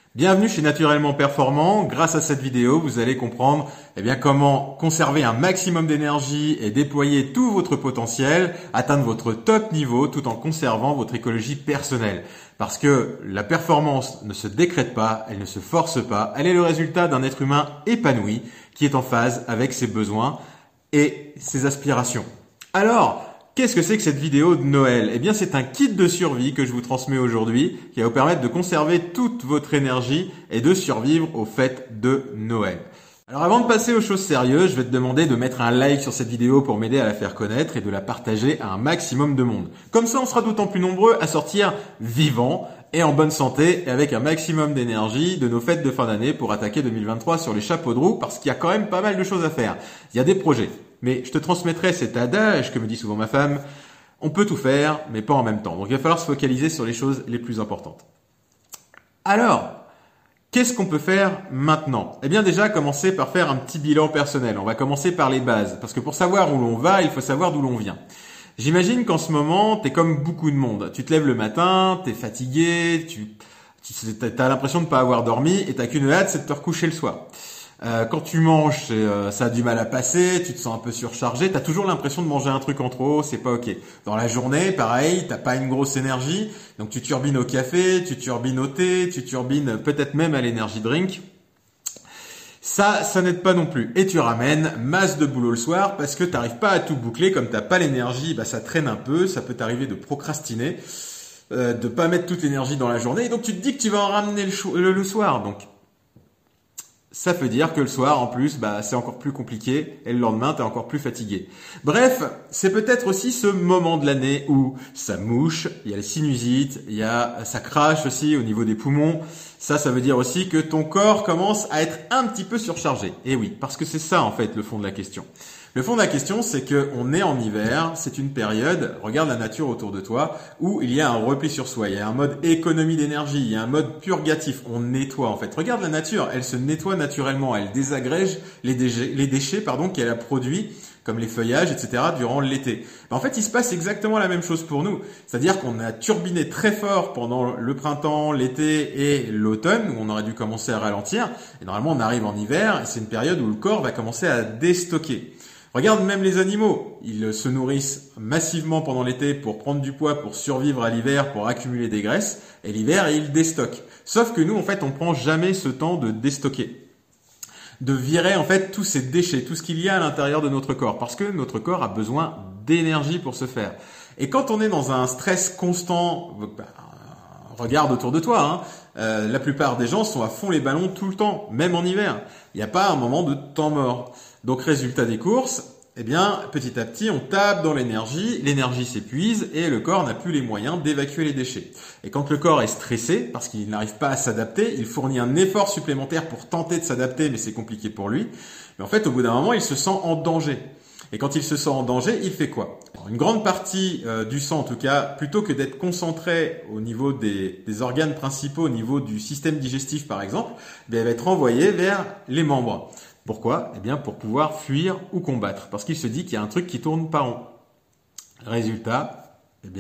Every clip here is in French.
Bienvenue chez Naturellement Performant. Grâce à cette vidéo, vous allez comprendre comment conserver un maximum d'énergie et déployer tout votre potentiel, atteindre votre top niveau tout en conservant votre écologie personnelle. Parce que la performance ne se décrète pas, elle ne se force pas, elle est le résultat d'un être humain épanoui qui est en phase avec ses besoins et ses aspirations. Alors, qu'est-ce que c'est que cette vidéo de Noël? Eh bien, c'est un kit de survie que je vous transmets aujourd'hui qui va vous permettre de conserver toute votre énergie et de survivre aux fêtes de Noël. Alors avant de passer aux choses sérieuses, je vais te demander de mettre un like sur cette vidéo pour m'aider à la faire connaître et de la partager à un maximum de monde. Comme ça, on sera d'autant plus nombreux à sortir vivants et en bonne santé et avec un maximum d'énergie de nos fêtes de fin d'année pour attaquer 2023 sur les chapeaux de roue parce qu'il y a quand même pas mal de choses à faire. Il y a des projets. Mais je te transmettrai cet adage que me dit souvent ma femme, on peut tout faire, mais pas en même temps. Donc il va falloir se focaliser sur les choses les plus importantes. Alors, qu'est-ce qu'on peut faire maintenant? Eh bien déjà, commencer par faire un petit bilan personnel. On va commencer par les bases, parce que pour savoir où l'on va, il faut savoir d'où l'on vient. J'imagine qu'en ce moment, t'es comme beaucoup de monde. Tu te lèves le matin, t'es fatigué, t'as l'impression de pas avoir dormi, et t'as qu'une hâte, c'est de te recoucher le soir. Quand tu manges, ça a du mal à passer, tu te sens un peu surchargé, t'as toujours l'impression de manger un truc en trop, c'est pas ok. Dans la journée, pareil, t'as pas une grosse énergie, donc tu turbines au café, tu turbines au thé, tu turbines peut-être même à l'énergie drink. Ça n'aide pas non plus. Et tu ramènes masse de boulot le soir parce que t'arrives pas à tout boucler, comme t'as pas l'énergie, ça traîne un peu, ça peut t'arriver de procrastiner, de pas mettre toute l'énergie dans la journée, et donc tu te dis que tu vas en ramener le soir, donc ça veut dire que le soir, en plus, c'est encore plus compliqué et le lendemain, t'es encore plus fatigué. Bref, c'est peut-être aussi ce moment de l'année où ça mouche, il y a les sinusites, ça crache aussi au niveau des poumons. Ça veut dire aussi que ton corps commence à être un petit peu surchargé. Et oui, parce que c'est ça, en fait, le fond de la question. Le fond de la question, c'est qu'on est en hiver, c'est une période, regarde la nature autour de toi, où il y a un repli sur soi, il y a un mode économie d'énergie, il y a un mode purgatif, on nettoie en fait. Regarde la nature, elle se nettoie naturellement, elle désagrège les déchets qu'elle a produits, comme les feuillages, etc., durant l'été. En fait, il se passe exactement la même chose pour nous. C'est-à-dire qu'on a turbiné très fort pendant le printemps, l'été et l'automne, où on aurait dû commencer à ralentir. Et normalement, on arrive en hiver, et c'est une période où le corps va commencer à déstocker. Regarde même les animaux, ils se nourrissent massivement pendant l'été pour prendre du poids, pour survivre à l'hiver, pour accumuler des graisses, et l'hiver, ils déstockent. Sauf que nous, en fait, on prend jamais ce temps de déstocker, de virer en fait tous ces déchets, tout ce qu'il y a à l'intérieur de notre corps, parce que notre corps a besoin d'énergie pour se faire. Et quand on est dans un stress constant, regarde autour de toi, la plupart des gens sont à fond les ballons tout le temps, même en hiver. Il n'y a pas un moment de temps mort. Donc résultat des courses, petit à petit, on tape dans l'énergie s'épuise et le corps n'a plus les moyens d'évacuer les déchets. Et quand le corps est stressé, parce qu'il n'arrive pas à s'adapter, il fournit un effort supplémentaire pour tenter de s'adapter, mais c'est compliqué pour lui. Mais en fait, au bout d'un moment, il se sent en danger. Et quand il se sent en danger, il fait quoi? Alors, une grande partie du sang, en tout cas, plutôt que d'être concentrée au niveau des organes principaux, au niveau du système digestif par exemple, elle va être envoyée vers les membres. Pourquoi? Pour pouvoir fuir ou combattre. Parce qu'il se dit qu'il y a un truc qui tourne pas rond. Résultat,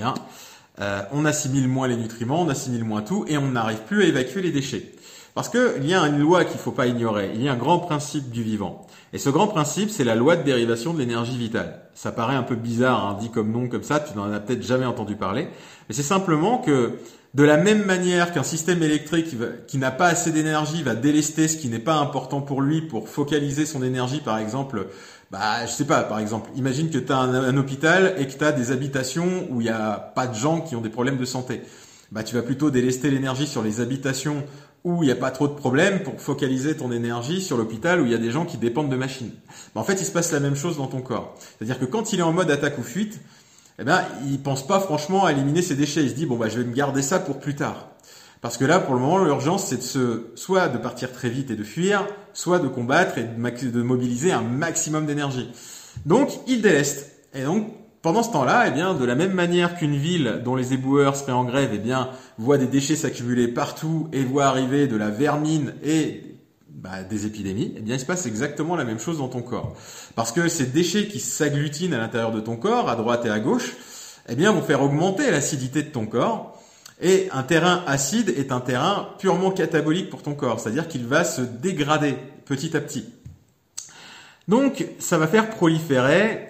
on assimile moins les nutriments, on assimile moins tout et on n'arrive plus à évacuer les déchets. Parce qu'il y a une loi qu'il ne faut pas ignorer. Il y a un grand principe du vivant. Et ce grand principe, c'est la loi de dérivation de l'énergie vitale. Ça paraît un peu bizarre, dit comme nom, comme ça, tu n'en as peut-être jamais entendu parler. Mais c'est simplement que de la même manière qu'un système électrique qui n'a pas assez d'énergie va délester ce qui n'est pas important pour lui pour focaliser son énergie, par exemple, par exemple, imagine que tu as un hôpital et que tu as des habitations où il n'y a pas de gens qui ont des problèmes de santé. Tu vas plutôt délester l'énergie sur les habitations où il n'y a pas trop de problèmes pour focaliser ton énergie sur l'hôpital où il y a des gens qui dépendent de machines. En fait, il se passe la même chose dans ton corps. C'est-à-dire que quand il est en mode attaque ou fuite, il pense pas franchement à éliminer ses déchets. Il se dit, je vais me garder ça pour plus tard. Parce que là, pour le moment, l'urgence, c'est soit de partir très vite et de fuir, soit de combattre et de mobiliser un maximum d'énergie. Donc, il déleste. Et donc, pendant ce temps-là, de la même manière qu'une ville dont les éboueurs seraient en grève, voit des déchets s'accumuler partout et voit arriver de la vermine et des épidémies, il se passe exactement la même chose dans ton corps. Parce que ces déchets qui s'agglutinent à l'intérieur de ton corps, à droite et à gauche, vont faire augmenter l'acidité de ton corps. Et un terrain acide est un terrain purement catabolique pour ton corps, c'est-à-dire qu'il va se dégrader petit à petit. Donc, ça va faire proliférer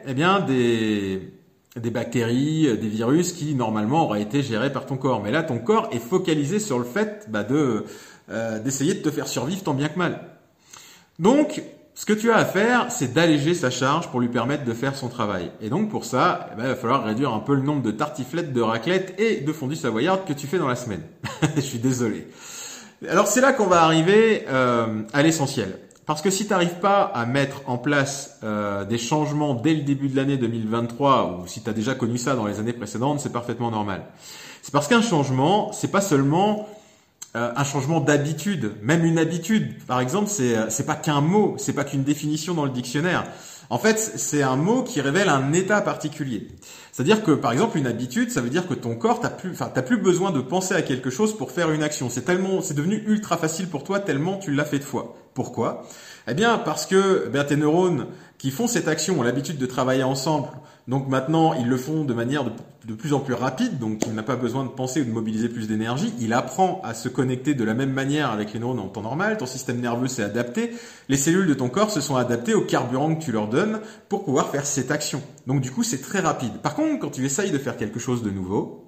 des bactéries, des virus qui normalement auraient été gérés par ton corps. Mais là, ton corps est focalisé sur le fait d'essayer de te faire survivre tant bien que mal. Donc, ce que tu as à faire, c'est d'alléger sa charge pour lui permettre de faire son travail. Et donc pour ça, il va falloir réduire un peu le nombre de tartiflettes, de raclettes et de fondue savoyarde que tu fais dans la semaine. Je suis désolé. Alors c'est là qu'on va arriver à l'essentiel. Parce que si tu n'arrives pas à mettre en place des changements dès le début de l'année 2023, ou si tu as déjà connu ça dans les années précédentes, c'est parfaitement normal. C'est parce qu'un changement, c'est pas seulement un changement d'habitude, même une habitude. Par exemple, c'est pas qu'un mot, c'est pas qu'une définition dans le dictionnaire. En fait, c'est un mot qui révèle un état particulier. C'est-à-dire que, par exemple, une habitude, ça veut dire que ton corps, t'as plus besoin de penser à quelque chose pour faire une action. C'est devenu ultra facile pour toi tellement tu l'as fait de fois. Pourquoi? Eh bien, parce que tes neurones qui font cette action ont l'habitude de travailler ensemble. Donc maintenant, ils le font de manière de plus en plus rapide, donc il n'a pas besoin de penser ou de mobiliser plus d'énergie. Il apprend à se connecter de la même manière avec les neurones en temps normal. Ton système nerveux s'est adapté. Les cellules de ton corps se sont adaptées au carburant que tu leur donnes pour pouvoir faire cette action. Donc du coup, c'est très rapide. Par contre, quand tu essayes de faire quelque chose de nouveau,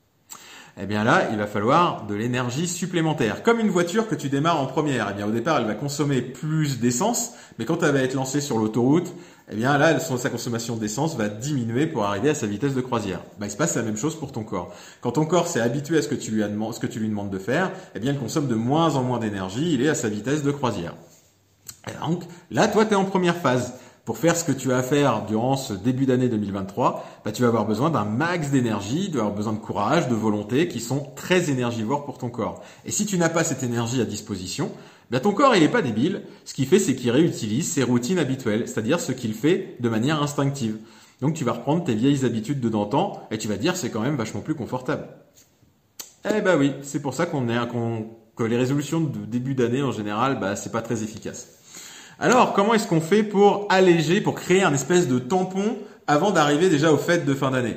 eh bien là, il va falloir de l'énergie supplémentaire. Comme une voiture que tu démarres en première. Eh bien, au départ, elle va consommer plus d'essence, mais quand elle va être lancée sur l'autoroute, eh bien là, sa consommation d'essence va diminuer pour arriver à sa vitesse de croisière. Il se passe la même chose pour ton corps. Quand ton corps s'est habitué à ce que tu lui demandes de faire, eh bien, il consomme de moins en moins d'énergie, il est à sa vitesse de croisière. Et donc, là, toi, tu es en première phase. Pour faire ce que tu as à faire durant ce début d'année 2023, tu vas avoir besoin d'un max d'énergie, tu vas avoir besoin de courage, de volonté qui sont très énergivores pour ton corps. Et si tu n'as pas cette énergie à disposition, ton corps, il n'est pas débile. Ce qu'il fait, c'est qu'il réutilise ses routines habituelles, c'est-à-dire ce qu'il fait de manière instinctive. Donc tu vas reprendre tes vieilles habitudes de d'antan et tu vas te dire c'est quand même vachement plus confortable. Eh ben oui, c'est pour ça que les résolutions de début d'année en général, c'est pas très efficace. Alors, comment est-ce qu'on fait pour alléger, pour créer un espèce de tampon avant d'arriver déjà aux fêtes de fin d'année?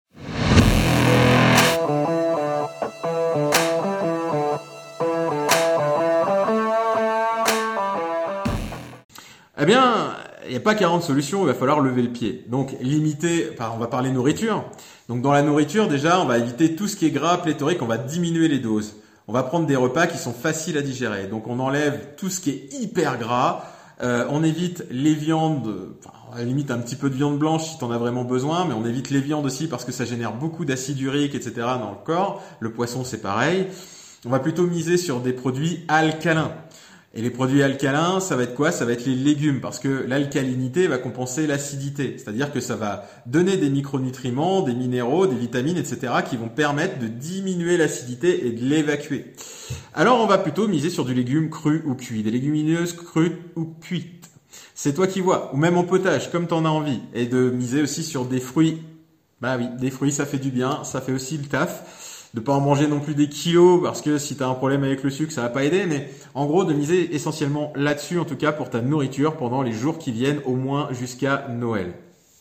Eh bien, il n'y a pas 40 solutions, il va falloir lever le pied. Donc, on va parler nourriture. Donc, dans la nourriture, déjà, on va éviter tout ce qui est gras, pléthorique, on va diminuer les doses. On va prendre des repas qui sont faciles à digérer. Donc, on enlève tout ce qui est hyper gras. On évite les viandes, à la limite un petit peu de viande blanche si tu en as vraiment besoin, mais on évite les viandes aussi parce que ça génère beaucoup d'acide urique, etc. dans le corps. Le poisson, c'est pareil. On va plutôt miser sur des produits alcalins. Et les produits alcalins, ça va être quoi? Ça va être les légumes parce que l'alcalinité va compenser l'acidité. C'est-à-dire que ça va donner des micronutriments, des minéraux, des vitamines, etc. qui vont permettre de diminuer l'acidité et de l'évacuer. Alors, on va plutôt miser sur du légume cru ou cuit, des légumineuses crues ou cuites. C'est toi qui vois. Ou même en potage, comme tu en as envie. Et de miser aussi sur des fruits. Bah oui, des fruits, ça fait du bien, ça fait aussi le taf. De pas en manger non plus des kilos parce que si tu as un problème avec le sucre, ça va pas aider. Mais en gros, de miser essentiellement là-dessus, en tout cas pour ta nourriture pendant les jours qui viennent, au moins jusqu'à Noël.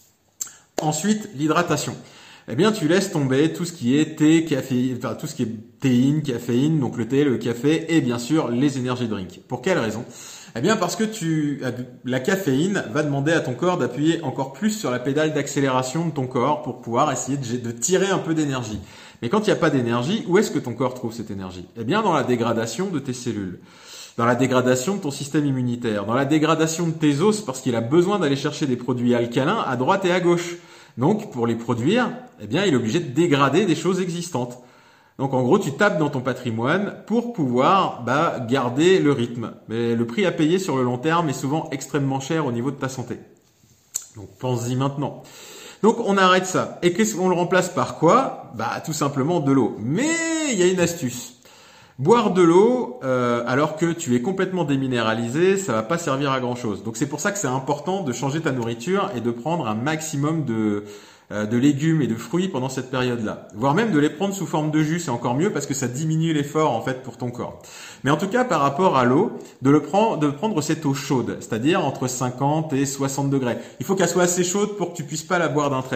Ensuite, l'hydratation. Eh bien, tu laisses tomber tout ce qui est thé, café, tout ce qui est théine, caféine, donc le thé, le café et bien sûr les energy drinks. Pour quelle raison? Eh bien, parce que la caféine va demander à ton corps d'appuyer encore plus sur la pédale d'accélération de ton corps pour pouvoir essayer de tirer un peu d'énergie. Mais quand il n'y a pas d'énergie, où est-ce que ton corps trouve cette énergie? Eh bien, dans la dégradation de tes cellules, dans la dégradation de ton système immunitaire, dans la dégradation de tes os, parce qu'il a besoin d'aller chercher des produits alcalins à droite et à gauche. Donc, pour les produire, eh bien, il est obligé de dégrader des choses existantes. Donc, en gros, tu tapes dans ton patrimoine pour pouvoir garder le rythme. Mais le prix à payer sur le long terme est souvent extrêmement cher au niveau de ta santé. Donc, pense-y maintenant. Donc, on arrête ça. Et qu'est-ce qu'on le remplace par quoi? Tout simplement de l'eau. Mais il y a une astuce. Boire de l'eau alors que tu es complètement déminéralisé, ça va pas servir à grand chose. Donc c'est pour ça que c'est important de changer ta nourriture et de prendre un maximum de légumes et de fruits pendant cette période-là. Voire même de les prendre sous forme de jus, c'est encore mieux parce que ça diminue l'effort en fait pour ton corps. Mais en tout cas par rapport à l'eau, de prendre cette eau chaude, c'est-à-dire entre 50 et 60 degrés. Il faut qu'elle soit assez chaude pour que tu puisses pas la boire d'un trait.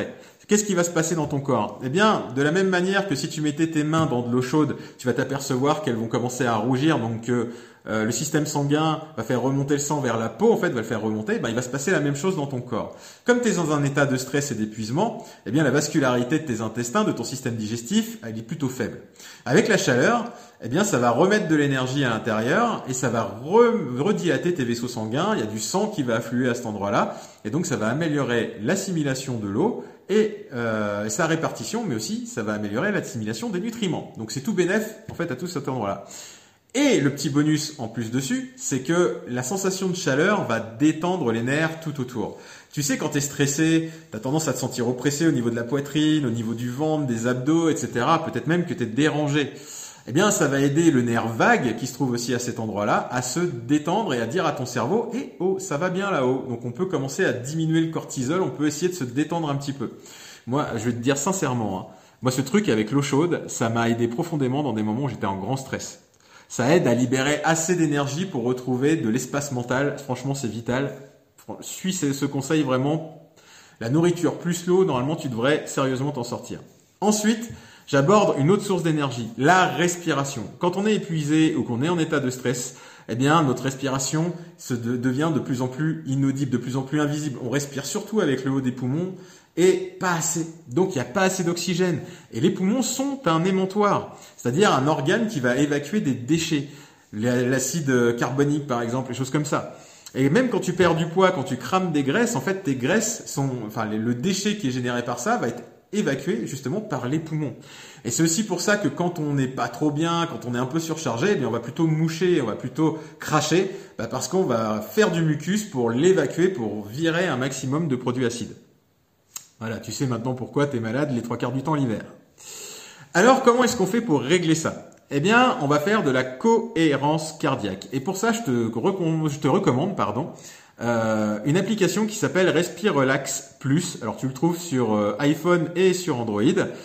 qu'est-ce qui va se passer dans ton corps? Eh bien, de la même manière que si tu mettais tes mains dans de l'eau chaude, tu vas t'apercevoir qu'elles vont commencer à rougir, donc le système sanguin va faire remonter le sang vers la peau, en fait, va le faire remonter, il va se passer la même chose dans ton corps. Comme tu es dans un état de stress et d'épuisement, eh bien la vascularité de tes intestins, de ton système digestif, elle est plutôt faible. Avec la chaleur, eh bien ça va remettre de l'énergie à l'intérieur et ça va redilater tes vaisseaux sanguins, il y a du sang qui va affluer à cet endroit-là, et donc ça va améliorer l'assimilation de l'eau et sa répartition, mais aussi ça va améliorer l'assimilation des nutriments. Donc c'est tout bénef en fait à tout cet endroit-là. Et le petit bonus en plus dessus, c'est que la sensation de chaleur va détendre les nerfs tout autour. Tu sais, quand tu es stressé, tu as tendance à te sentir oppressé au niveau de la poitrine, au niveau du ventre, des abdos, etc. Peut-être même que tu es dérangé. Eh bien, ça va aider le nerf vague, qui se trouve aussi à cet endroit-là, à se détendre et à dire à ton cerveau « Eh oh, ça va bien là-haut ». Donc on peut commencer à diminuer le cortisol, on peut essayer de se détendre un petit peu. Moi, je vais te dire sincèrement, moi ce truc avec l'eau chaude, ça m'a aidé profondément dans des moments où j'étais en grand stress. Ça aide à libérer assez d'énergie pour retrouver de l'espace mental. Franchement, c'est vital. Suis ce conseil vraiment. La nourriture plus l'eau, normalement, tu devrais sérieusement t'en sortir. Ensuite, j'aborde une autre source d'énergie, la respiration. Quand on est épuisé ou qu'on est en état de stress, eh bien, notre respiration devient de plus en plus inaudible, de plus en plus invisible. On respire surtout avec le haut des poumons et pas assez. Donc, il n'y a pas assez d'oxygène. Et les poumons sont un émontoire, c'est-à-dire un organe qui va évacuer des déchets. L'acide carbonique, par exemple, les choses comme ça. Et même quand tu perds du poids, quand tu crames des graisses, en fait, tes graisses le déchet qui est généré par ça va être évacué justement par les poumons. Et c'est aussi pour ça que quand on n'est pas trop bien, quand on est un peu surchargé, eh bien on va plutôt moucher, on va plutôt cracher, parce qu'on va faire du mucus pour l'évacuer, pour virer un maximum de produits acides. Voilà, tu sais maintenant pourquoi tu es malade les 3/4 du temps l'hiver. Alors, comment est-ce qu'on fait pour régler ça? Eh bien, on va faire de la cohérence cardiaque. Et pour ça, je te recommande, une application qui s'appelle Respire Relax Plus. Alors, tu le trouves sur iPhone et sur Android,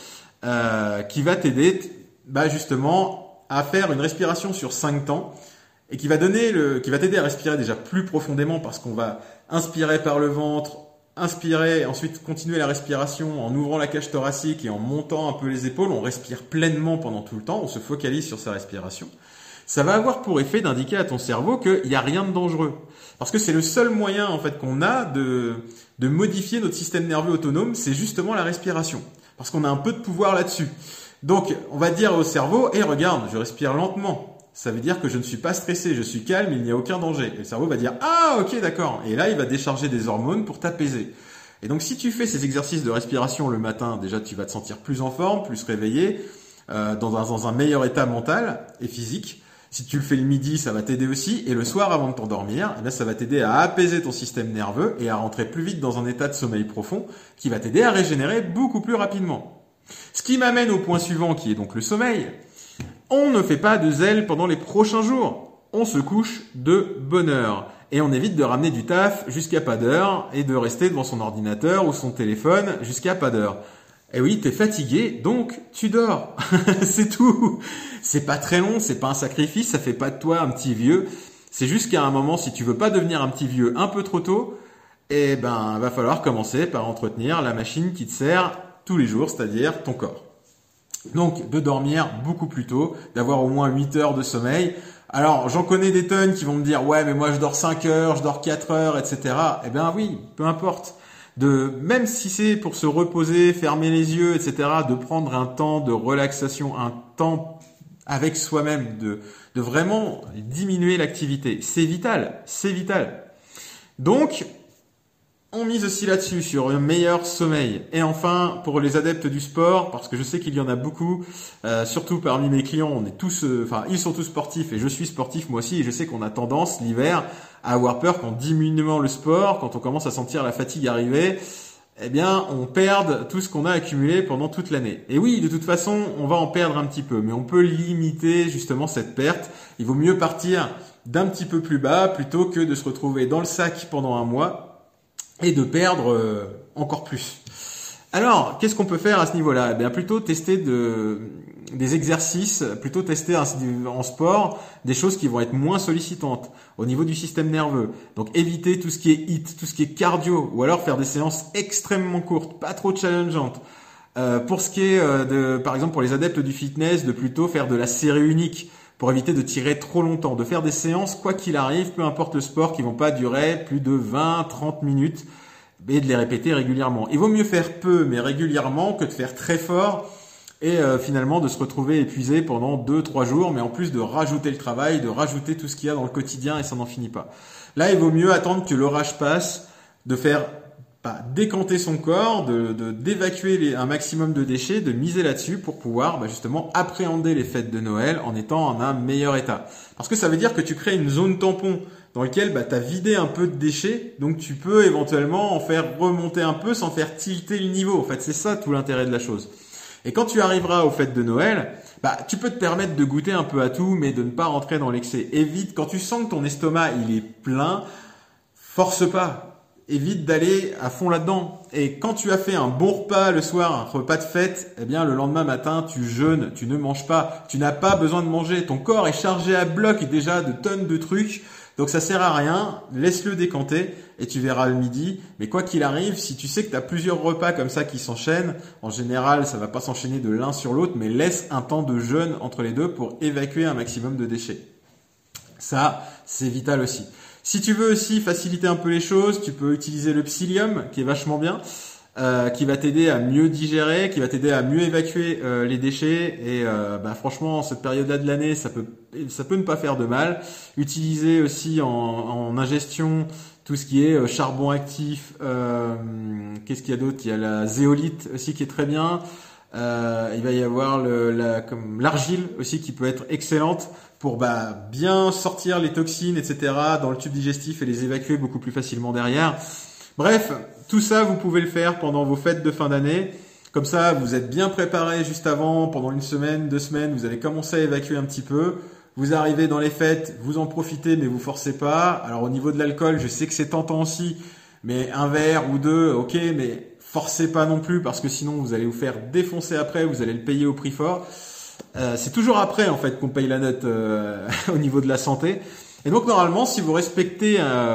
qui va t'aider, justement, à faire une respiration sur 5 temps et qui va t'aider à respirer déjà plus profondément parce qu'on va inspirer par le ventre, inspirer, ensuite continuer la respiration en ouvrant la cage thoracique et en montant un peu les épaules. On respire pleinement pendant tout le temps, on se focalise sur sa respiration. Ça va avoir pour effet d'indiquer à ton cerveau qu'il n'y a rien de dangereux. Parce que c'est le seul moyen en fait qu'on a de modifier notre système nerveux autonome, c'est justement la respiration. Parce qu'on a un peu de pouvoir là-dessus. Donc on va dire au cerveau, regarde, je respire lentement. Ça veut dire que je ne suis pas stressé, je suis calme, il n'y a aucun danger. Et le cerveau va dire « Ah, ok, d'accord ». Et là, il va décharger des hormones pour t'apaiser. Et donc, si tu fais ces exercices de respiration le matin, déjà, tu vas te sentir plus en forme, plus réveillé, dans un meilleur état mental et physique. Si tu le fais le midi, ça va t'aider aussi. Et le soir, avant de t'endormir, ça va t'aider à apaiser ton système nerveux et à rentrer plus vite dans un état de sommeil profond qui va t'aider à régénérer beaucoup plus rapidement. Ce qui m'amène au point suivant, qui est donc le sommeil. On ne fait pas de zèle pendant les prochains jours. On se couche de bonne heure. Et on évite de ramener du taf jusqu'à pas d'heure et de rester devant son ordinateur ou son téléphone jusqu'à pas d'heure. Et oui, t'es fatigué, donc tu dors. C'est tout. C'est pas très long, c'est pas un sacrifice, ça fait pas de toi un petit vieux. C'est juste qu'à un moment, si tu veux pas devenir un petit vieux un peu trop tôt, va falloir commencer par entretenir la machine qui te sert tous les jours, c'est-à-dire ton corps. Donc, de dormir beaucoup plus tôt, d'avoir au moins 8 heures de sommeil. Alors, j'en connais des tonnes qui vont me dire « Ouais, mais moi je dors 5 heures, je dors 4 heures, etc. » Eh bien oui, peu importe. Même si c'est pour se reposer, fermer les yeux, etc., de prendre un temps de relaxation, un temps avec soi-même, de vraiment diminuer l'activité. C'est vital, c'est vital. Donc, on mise aussi là-dessus, sur un meilleur sommeil. Et enfin, pour les adeptes du sport, parce que je sais qu'il y en a beaucoup, surtout parmi mes clients, on est tous, ils sont tous sportifs et je suis sportif moi aussi, et je sais qu'on a tendance l'hiver à avoir peur qu'en diminuant le sport, quand on commence à sentir la fatigue arriver, on perde tout ce qu'on a accumulé pendant toute l'année. Et oui, de toute façon, on va en perdre un petit peu, mais on peut limiter justement cette perte. Il vaut mieux partir d'un petit peu plus bas plutôt que de se retrouver dans le sac pendant un mois et de perdre encore plus. Alors, qu'est-ce qu'on peut faire à ce niveau-là? Eh bien, plutôt tester des exercices, plutôt tester en sport des choses qui vont être moins sollicitantes au niveau du système nerveux. Donc, éviter tout ce qui est HIIT, tout ce qui est cardio, ou alors faire des séances extrêmement courtes, pas trop challengeantes. Pour ce qui est par exemple, pour les adeptes du fitness, de plutôt faire de la série unique pour éviter de tirer trop longtemps, de faire des séances, quoi qu'il arrive, peu importe le sport, qui vont pas durer plus de 20-30 minutes, et de les répéter régulièrement. Il vaut mieux faire peu mais régulièrement que de faire très fort et finalement de se retrouver épuisé pendant 2-3 jours, mais en plus de rajouter le travail, de rajouter tout ce qu'il y a dans le quotidien et ça n'en finit pas. Là, il vaut mieux attendre que l'orage passe, de faire décanter son corps, d'évacuer un maximum de déchets, de miser là-dessus pour pouvoir justement appréhender les fêtes de Noël en étant en un meilleur état. Parce que ça veut dire que tu crées une zone tampon dans laquelle tu as vidé un peu de déchets, donc tu peux éventuellement en faire remonter un peu sans faire tilter le niveau. En fait, c'est ça tout l'intérêt de la chose. Et quand tu arriveras aux fêtes de Noël, tu peux te permettre de goûter un peu à tout, mais de ne pas rentrer dans l'excès. Évite, quand tu sens que ton estomac il est plein, force pas. Évite d'aller à fond là-dedans. Et quand tu as fait un bon repas le soir, un repas de fête, eh bien le lendemain matin, tu jeûnes, tu ne manges pas. Tu n'as pas besoin de manger. Ton corps est chargé à bloc déjà de tonnes de trucs. Donc ça sert à rien. Laisse-le décanter et tu verras le midi. Mais quoi qu'il arrive, si tu sais que tu as plusieurs repas comme ça qui s'enchaînent, en général, ça va pas s'enchaîner de l'un sur l'autre, mais laisse un temps de jeûne entre les deux pour évacuer un maximum de déchets. Ça, c'est vital aussi. Si tu veux aussi faciliter un peu les choses, tu peux utiliser le psyllium qui est vachement bien, qui va t'aider à mieux digérer, qui va t'aider à mieux évacuer les déchets. Et franchement, en cette période-là de l'année, ça peut ne pas faire de mal. Utiliser aussi en ingestion tout ce qui est charbon actif. Qu'est-ce qu'il y a d'autre? Il y a la zéolite aussi qui est très bien. Il va y avoir l'argile aussi qui peut être excellente pour bien sortir les toxines, etc. dans le tube digestif et les évacuer beaucoup plus facilement derrière. Bref, tout ça, vous pouvez le faire pendant vos fêtes de fin d'année. Comme ça, vous êtes bien préparé juste avant, pendant 1 semaine, 2 semaines, vous allez commencer à évacuer un petit peu. Vous arrivez dans les fêtes, vous en profitez, mais vous forcez pas. Alors au niveau de l'alcool, je sais que c'est tentant aussi, mais un verre ou deux, ok, mais forcez pas non plus parce que sinon vous allez vous faire défoncer après, vous allez le payer au prix fort. C'est toujours après en fait qu'on paye la note au niveau de la santé. Et donc normalement, si vous respectez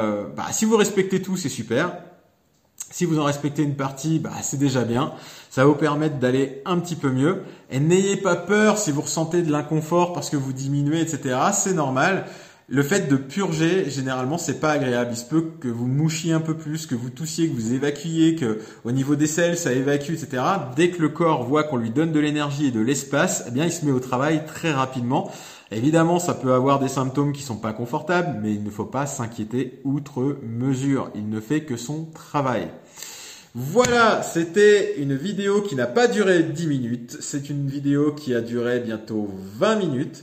tout, c'est super. Si vous en respectez une partie, c'est déjà bien. Ça va vous permettre d'aller un petit peu mieux. Et n'ayez pas peur si vous ressentez de l'inconfort parce que vous diminuez, etc. C'est normal. Le fait de purger, généralement, c'est pas agréable. Il se peut que vous mouchiez un peu plus, que vous toussiez, que vous évacuiez, que au niveau des selles, ça évacue, etc. Dès que le corps voit qu'on lui donne de l'énergie et de l'espace, eh bien, il se met au travail très rapidement. Évidemment, ça peut avoir des symptômes qui sont pas confortables, mais il ne faut pas s'inquiéter outre mesure. Il ne fait que son travail. Voilà, c'était une vidéo qui n'a pas duré 10 minutes. C'est une vidéo qui a duré bientôt 20 minutes.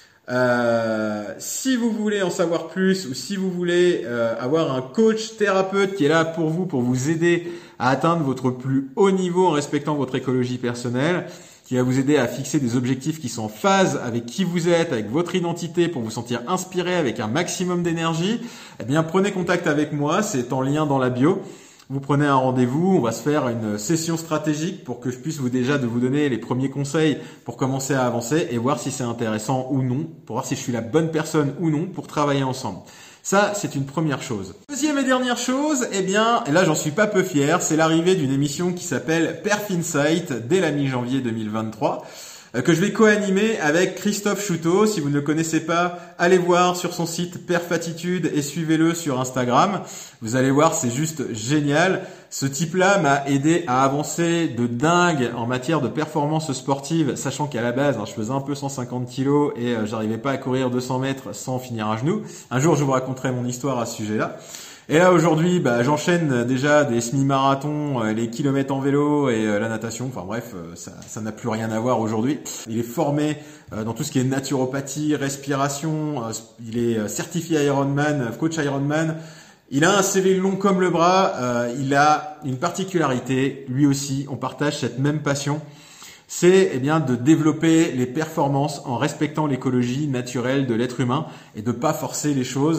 Si vous voulez en savoir plus ou si vous voulez avoir un coach thérapeute qui est là pour vous aider à atteindre votre plus haut niveau en respectant votre écologie personnelle, qui va vous aider à fixer des objectifs qui sont en phase avec qui vous êtes, avec votre identité pour vous sentir inspiré avec un maximum d'énergie, eh bien prenez contact avec moi, c'est en lien dans la bio. Vous prenez un rendez-vous, on va se faire une session stratégique pour que je puisse vous donner les premiers conseils pour commencer à avancer et voir si c'est intéressant ou non, pour voir si je suis la bonne personne ou non pour travailler ensemble. Ça, c'est une première chose. Deuxième et dernière chose, et là j'en suis pas peu fier, c'est l'arrivée d'une émission qui s'appelle Perf Insight dès la mi-janvier 2023. Que je vais co-animer avec Christophe Chouteau. Si vous ne le connaissez pas, allez voir sur son site Perfatitude et suivez-le sur Instagram. Vous allez voir, c'est juste génial. Ce type-là m'a aidé à avancer de dingue en matière de performance sportive, sachant qu'à la base, je faisais un peu 150 kilos et j'arrivais pas à courir 200 mètres sans finir à genoux. Un jour, je vous raconterai mon histoire à ce sujet-là. Et là aujourd'hui, j'enchaîne déjà des semi-marathons, les kilomètres en vélo et la natation. Enfin bref, ça n'a plus rien à voir aujourd'hui. Il est formé dans tout ce qui est naturopathie, respiration. Il est certifié Ironman, coach Ironman. Il a un CV long comme le bras. Il a une particularité, lui aussi. On partage cette même passion. C'est de développer les performances en respectant l'écologie naturelle de l'être humain et de pas forcer les choses.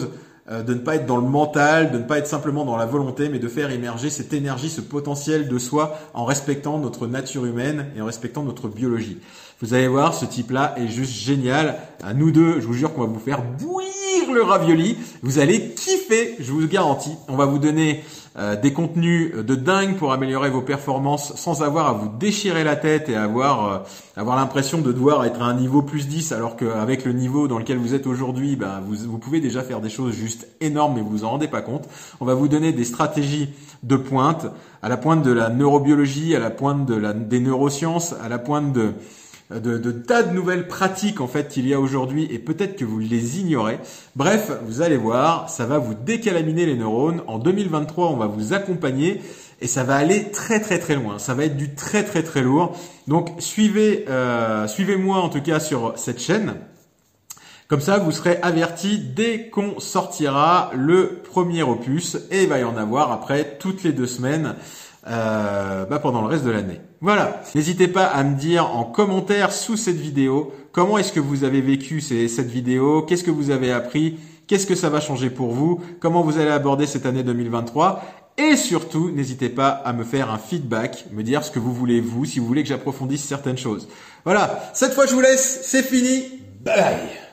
de ne pas être dans le mental, de ne pas être simplement dans la volonté, mais de faire émerger cette énergie, ce potentiel de soi en respectant notre nature humaine et en respectant notre biologie. Vous allez voir, ce type-là est juste génial. À nous deux, je vous jure qu'on va vous faire bouillir le ravioli. Vous allez kiffer, je vous le garantis. On va vous donner des contenus de dingue pour améliorer vos performances sans avoir à vous déchirer la tête et avoir l'impression de devoir être à un niveau plus 10 alors qu'avec le niveau dans lequel vous êtes aujourd'hui, vous pouvez déjà faire des choses juste énormes mais vous vous en rendez pas compte. On va vous donner des stratégies de pointe, à la pointe de la neurobiologie, à la pointe des neurosciences, à la pointe de tas de nouvelles pratiques en fait qu'il y a aujourd'hui et peut-être que vous les ignorez. Bref, vous allez voir, ça va vous décalaminer les neurones. En 2023, on va vous accompagner et ça va aller très très très loin. Ça va être du très très très lourd. Donc suivez-moi en tout cas sur cette chaîne. Comme ça, vous serez avertis dès qu'on sortira le premier opus et il va y en avoir après toutes les 2 semaines. Pendant le reste de l'année. Voilà. N'hésitez pas à me dire en commentaire sous cette vidéo comment est-ce que vous avez vécu cette vidéo, qu'est-ce que vous avez appris, qu'est-ce que ça va changer pour vous, comment vous allez aborder cette année 2023 et surtout, n'hésitez pas à me faire un feedback, me dire ce que vous voulez vous, si vous voulez que j'approfondisse certaines choses. Voilà. Cette fois, je vous laisse. C'est fini. Bye bye.